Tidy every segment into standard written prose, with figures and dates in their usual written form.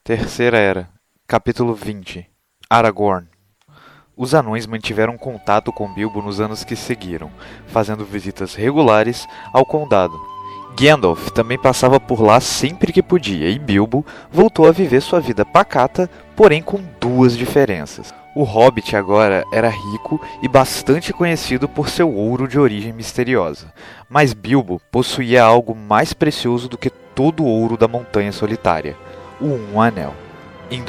Terceira Era, capítulo 20. Aragorn. Os anões mantiveram contato com Bilbo nos anos que seguiram, fazendo visitas regulares ao condado. Gandalf também passava por lá sempre que podia, e Bilbo voltou a viver sua vida pacata, porém com duas diferenças. O Hobbit agora era rico e bastante conhecido por seu ouro de origem misteriosa, mas Bilbo possuía algo mais precioso do que todo o ouro da Montanha Solitária: o Um Anel. Em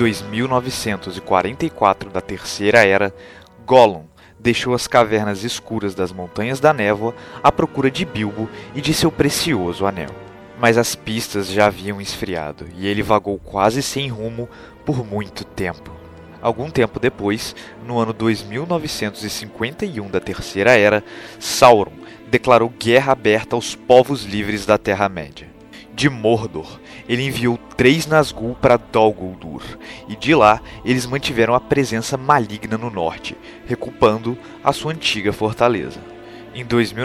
2944 da Terceira Era, Gollum deixou as cavernas escuras das Montanhas da Névoa à procura de Bilbo e de seu precioso anel. Mas as pistas já haviam esfriado e ele vagou quase sem rumo por muito tempo. Algum tempo depois, no ano 2951 da Terceira Era, Sauron declarou guerra aberta aos povos livres da Terra-média. De Mordor, ele enviou 3 Nazgûl para Dol Guldur, e de lá eles mantiveram a presença maligna no norte, recuperando a sua antiga fortaleza. Em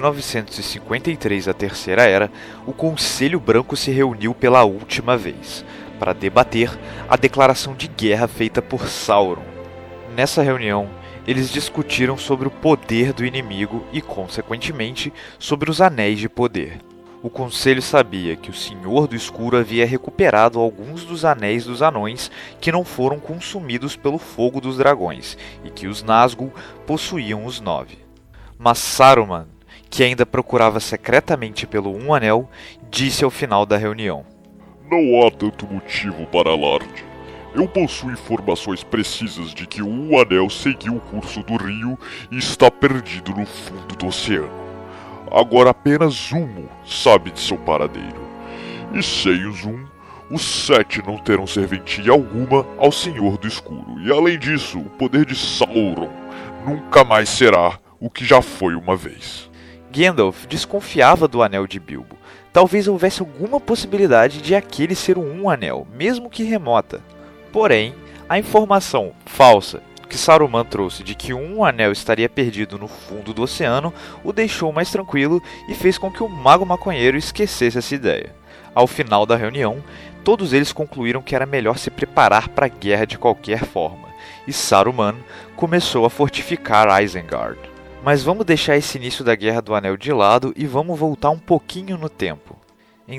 2953 da Terceira Era, o Conselho Branco se reuniu pela última vez, para debater a declaração de guerra feita por Sauron. Nessa reunião, eles discutiram sobre o poder do inimigo e, consequentemente, sobre os Anéis de Poder. O Conselho sabia que o Senhor do Escuro havia recuperado alguns dos Anéis dos Anões que não foram consumidos pelo fogo dos dragões, e que os Nazgûl possuíam os 9. Mas Saruman, que ainda procurava secretamente pelo Um Anel, disse ao final da reunião: "Não há tanto motivo para alarde. Eu possuo informações precisas de que o Um Anel seguiu o curso do rio e está perdido no fundo do oceano. Agora apenas Zumo sabe de seu paradeiro. E sem o Zum, os 7 não terão serventia alguma ao Senhor do Escuro. E além disso, o poder de Sauron nunca mais será o que já foi uma vez." Gandalf desconfiava do anel de Bilbo. Talvez houvesse alguma possibilidade de aquele ser um anel, mesmo que remota. Porém, a informação falsa que Saruman trouxe de que um anel estaria perdido no fundo do oceano o deixou mais tranquilo e fez com que o mago maconheiro esquecesse essa ideia. Ao final da reunião, todos eles concluíram que era melhor se preparar para a guerra de qualquer forma, e Saruman começou a fortificar Isengard. Mas vamos deixar esse início da Guerra do Anel de lado e vamos voltar um pouquinho no tempo. Em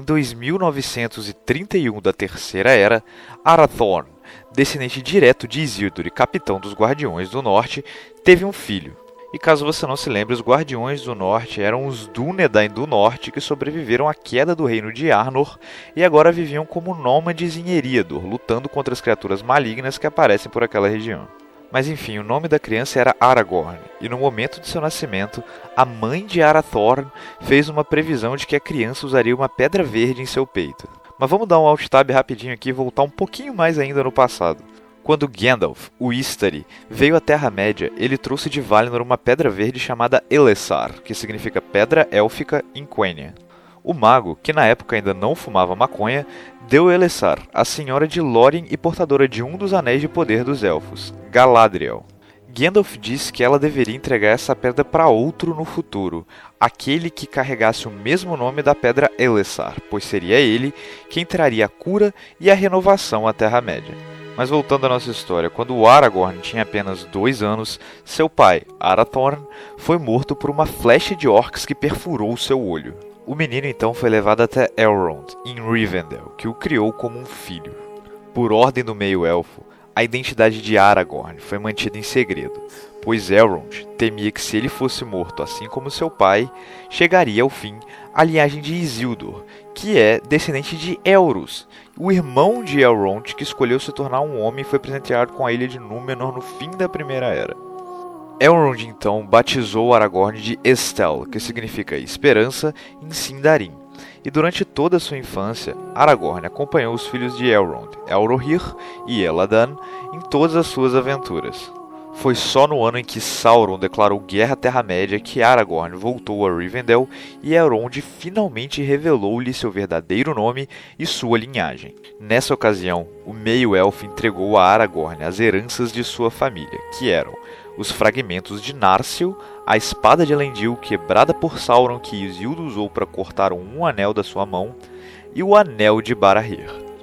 2931 da Terceira Era, Arathorn, descendente direto de Isildur e capitão dos Guardiões do Norte, teve um filho. E caso você não se lembre, os Guardiões do Norte eram os Dúnedain do Norte que sobreviveram à queda do reino de Arnor e agora viviam como nômades em Eriador, lutando contra as criaturas malignas que aparecem por aquela região. Mas enfim, o nome da criança era Aragorn, e no momento de seu nascimento, a mãe de Arathorn fez uma previsão de que a criança usaria uma pedra verde em seu peito. Mas vamos dar um alt tab rapidinho aqui e voltar um pouquinho mais ainda no passado. Quando Gandalf, o Istari, veio à Terra-média, ele trouxe de Valinor uma pedra verde chamada Elessar, que significa Pedra Élfica em Quenya. O mago, que na época ainda não fumava maconha, deu Elessar, a senhora de Lórien e portadora de um dos anéis de poder dos elfos, Galadriel. Gandalf disse que ela deveria entregar essa pedra para outro no futuro, aquele que carregasse o mesmo nome da pedra Elessar, pois seria ele quem traria a cura e a renovação à Terra-média. Mas voltando à nossa história, quando Aragorn tinha apenas 2 anos, seu pai, Arathorn, foi morto por uma flecha de orcs que perfurou seu olho. O menino então foi levado até Elrond, em Rivendell, que o criou como um filho. Por ordem do meio-elfo, a identidade de Aragorn foi mantida em segredo, pois Elrond temia que se ele fosse morto assim como seu pai, chegaria ao fim a linhagem de Isildur, que é descendente de Elrus, o irmão de Elrond que escolheu se tornar um homem e foi presenteado com a ilha de Númenor no fim da Primeira Era. Elrond então batizou Aragorn de Estel, que significa esperança em Sindarin. E durante toda a sua infância, Aragorn acompanhou os filhos de Elrond, Elrohir e Eladan, em todas as suas aventuras. Foi só no ano em que Sauron declarou guerra à Terra-média que Aragorn voltou a Rivendell e Elrond finalmente revelou-lhe seu verdadeiro nome e sua linhagem. Nessa ocasião, o meio-elfo entregou a Aragorn as heranças de sua família, que eram os fragmentos de Narsil, a espada de Elendil quebrada por Sauron que Isildur usou para cortar um anel da sua mão, e o anel de Barahir.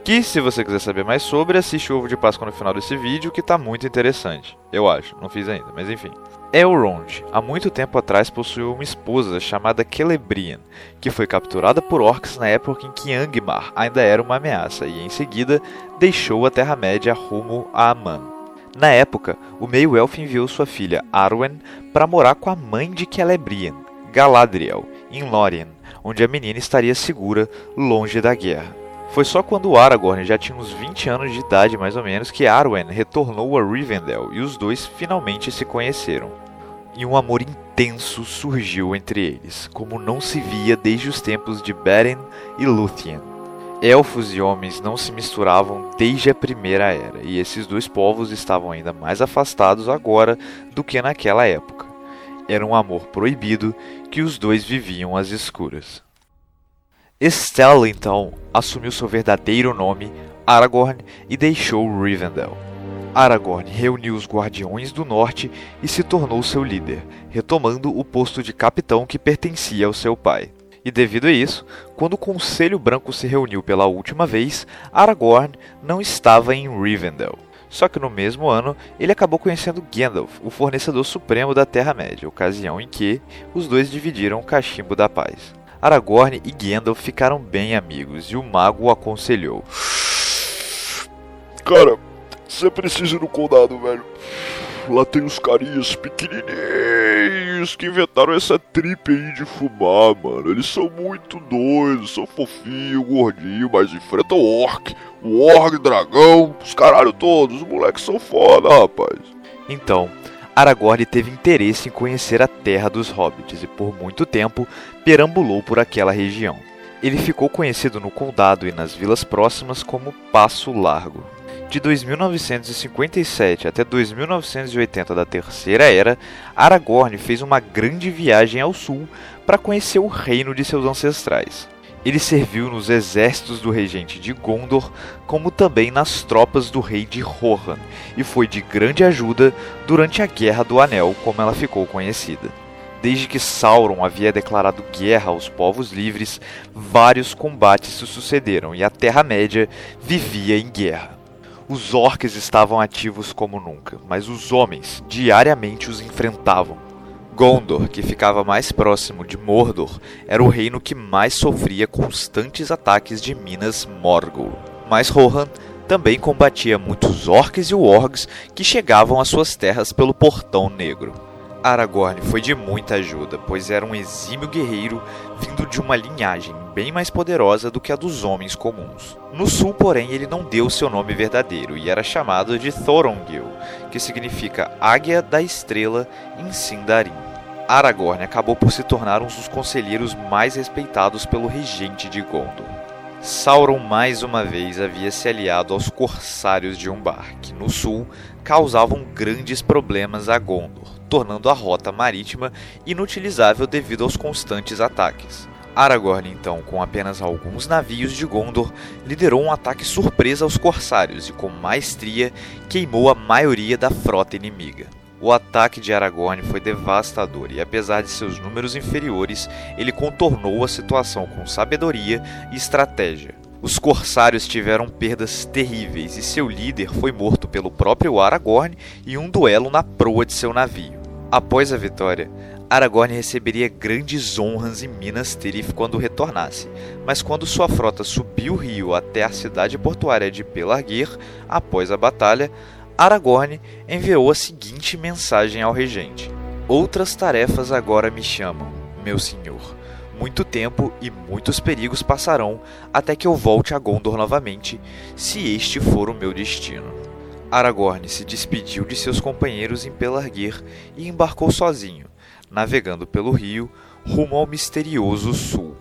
Que, se você quiser saber mais sobre, assiste o Ovo de Páscoa no final desse vídeo, que tá muito interessante. Eu acho, não fiz ainda, mas enfim. Elrond, há muito tempo atrás, possuiu uma esposa chamada Celebrian, que foi capturada por orcs na época em que Angmar ainda era uma ameaça, e em seguida deixou a Terra-média rumo a Aman. Na época, o meio-elfo enviou sua filha Arwen para morar com a mãe de Celebrian, Galadriel, em Lórien, onde a menina estaria segura, longe da guerra. Foi só quando Aragorn já tinha uns 20 anos de idade, mais ou menos, que Arwen retornou a Rivendell e os dois finalmente se conheceram. E um amor intenso surgiu entre eles, como não se via desde os tempos de Beren e Lúthien. Elfos e homens não se misturavam desde a Primeira Era, e esses dois povos estavam ainda mais afastados agora do que naquela época. Era um amor proibido que os dois viviam às escuras. Estelle, então, assumiu seu verdadeiro nome, Aragorn, e deixou Rivendell. Aragorn reuniu os Guardiões do Norte e se tornou seu líder, retomando o posto de capitão que pertencia ao seu pai. E devido a isso, quando o Conselho Branco se reuniu pela última vez, Aragorn não estava em Rivendell. Só que no mesmo ano, ele acabou conhecendo Gandalf, o fornecedor supremo da Terra-média, ocasião em que os dois dividiram o cachimbo da paz. Aragorn e Gandalf ficaram bem amigos e o mago o aconselhou. Cara, você precisa ir no condado, velho. Lá tem uns carinhas pequenininhos que inventaram essa trip aí de fumar, mano. Eles são muito doidos, são fofinhos, gordinhos, mas enfrentam o orc, dragão, os caralho todos. Os moleques são foda, rapaz. Então, Aragorn teve interesse em conhecer a terra dos hobbits e por muito tempo perambulou por aquela região. Ele ficou conhecido no condado e nas vilas próximas como Passo Largo. De 2957 até 2980 da Terceira Era, Aragorn fez uma grande viagem ao sul para conhecer o reino de seus ancestrais. Ele serviu nos exércitos do regente de Gondor, como também nas tropas do rei de Rohan, e foi de grande ajuda durante a Guerra do Anel, como ela ficou conhecida. Desde que Sauron havia declarado guerra aos povos livres, vários combates se sucederam e a Terra-média vivia em guerra. Os orcs estavam ativos como nunca, mas os homens diariamente os enfrentavam. Gondor, que ficava mais próximo de Mordor, era o reino que mais sofria constantes ataques de Minas Morgul. Mas Rohan também combatia muitos orcs e wargs que chegavam às suas terras pelo Portão Negro. Aragorn foi de muita ajuda, pois era um exímio guerreiro vindo de uma linhagem bem mais poderosa do que a dos homens comuns. No sul, porém, ele não deu seu nome verdadeiro e era chamado de Thorongil, que significa Águia da Estrela em Sindarin. Aragorn acabou por se tornar um dos conselheiros mais respeitados pelo regente de Gondor. Sauron mais uma vez havia se aliado aos Corsários de Umbar, que no sul causavam grandes problemas a Gondor, tornando a rota marítima inutilizável devido aos constantes ataques. Aragorn, então, com apenas alguns navios de Gondor, liderou um ataque surpresa aos Corsários e com maestria queimou a maioria da frota inimiga. O ataque de Aragorn foi devastador e, apesar de seus números inferiores, ele contornou a situação com sabedoria e estratégia. Os corsários tiveram perdas terríveis e seu líder foi morto pelo próprio Aragorn em um duelo na proa de seu navio. Após a vitória, Aragorn receberia grandes honras em Minas Tirith quando retornasse, mas quando sua frota subiu o rio até a cidade portuária de Pelargir, após a batalha, Aragorn enviou a seguinte mensagem ao regente: "Outras tarefas agora me chamam, meu senhor. Muito tempo e muitos perigos passarão até que eu volte a Gondor novamente, se este for o meu destino." Aragorn se despediu de seus companheiros em Pelargir e embarcou sozinho, navegando pelo rio rumo ao misterioso sul.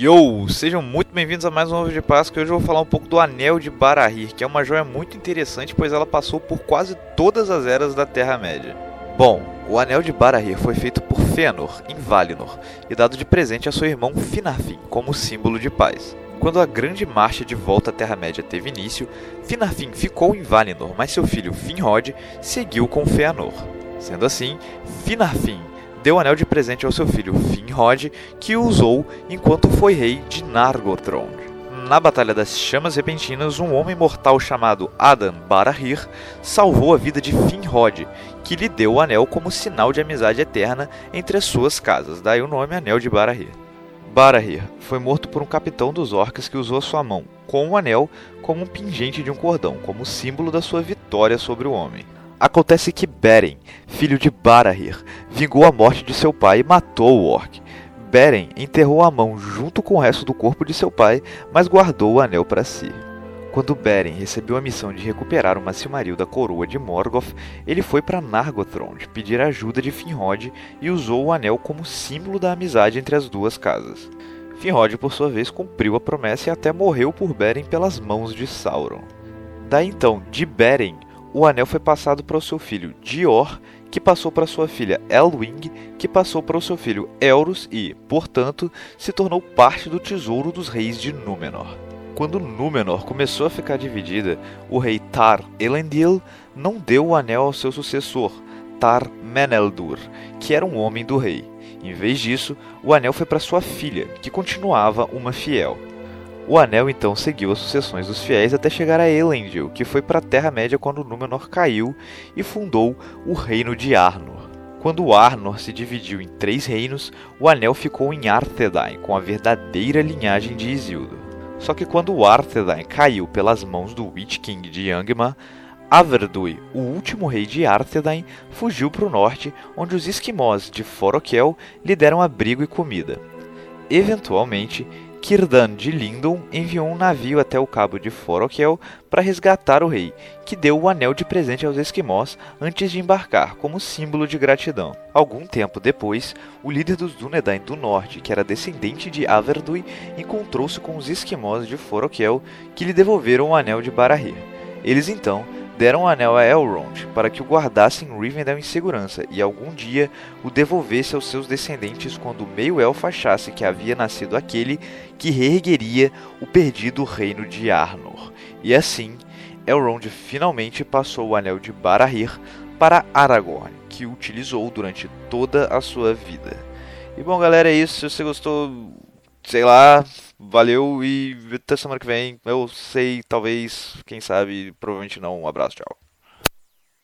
Yo! Sejam muito bem-vindos a mais um Ovo de Páscoa. Hoje eu vou falar um pouco do Anel de Barahir, que é uma joia muito interessante, pois ela passou por quase todas as eras da Terra-média. Bom, o Anel de Barahir foi feito por Fëanor, em Valinor, e dado de presente a seu irmão Finarfin, como símbolo de paz. Quando a grande marcha de volta à Terra-média teve início, Finarfin ficou em Valinor, mas seu filho Finrod seguiu com Fëanor. Sendo assim, Finarfin deu o anel de presente ao seu filho Finrod, que o usou enquanto foi rei de Nargothrond. Na Batalha das Chamas Repentinas, um homem mortal chamado Adan Barahir salvou a vida de Finrod, que lhe deu o anel como sinal de amizade eterna entre as suas casas, daí o nome Anel de Barahir. Barahir foi morto por um capitão dos orcs que usou a sua mão, com o anel, como um pingente de um cordão, como símbolo da sua vitória sobre o homem. Acontece que Beren, filho de Barahir, vingou a morte de seu pai e matou o orc. Beren enterrou a mão junto com o resto do corpo de seu pai, mas guardou o anel para si. Quando Beren recebeu a missão de recuperar uma Silmaril da coroa de Morgoth, ele foi para Nargothrond pedir ajuda de Finrod e usou o anel como símbolo da amizade entre as duas casas. Finrod, por sua vez, cumpriu a promessa e até morreu por Beren pelas mãos de Sauron. Daí então, de Beren, o anel foi passado para o seu filho Dior, que passou para sua filha Elwing, que passou para o seu filho Elros e, portanto, se tornou parte do tesouro dos reis de Númenor. Quando Númenor começou a ficar dividida, o rei Tar-Elendil não deu o anel ao seu sucessor, Tar-Meneldur, que era um homem do rei. Em vez disso, o anel foi para sua filha, que continuava uma fiel. O anel então seguiu as sucessões dos fiéis até chegar a Elendil, que foi para a Terra-média quando Númenor caiu e fundou o reino de Arnor. Quando Arnor se dividiu em 3 reinos, o anel ficou em Arthedain, com a verdadeira linhagem de Isildur. Só que quando Arthedain caiu pelas mãos do Witch King de Angmar, Averdui, o último rei de Arthedain, fugiu para o norte, onde os esquimós de Forokel lhe deram abrigo e comida. Eventualmente, Círdan de Lindon enviou um navio até o cabo de Forokel para resgatar o rei, que deu o anel de presente aos esquimós antes de embarcar, como símbolo de gratidão. Algum tempo depois, o líder dos Dúnedain do Norte, que era descendente de Averdui, encontrou-se com os esquimós de Forokel, que lhe devolveram o anel de Barahir. Eles então deram o anel a Elrond para que o guardasse em Rivendell em segurança e algum dia o devolvesse aos seus descendentes quando o meio-elfo achasse que havia nascido aquele que reergueria o perdido reino de Arnor. E assim, Elrond finalmente passou o anel de Barahir para Aragorn, que o utilizou durante toda a sua vida. E bom, galera, é isso. Se você gostou, sei lá, valeu e até semana que vem. Eu sei, talvez, quem sabe, provavelmente não. Um abraço, tchau.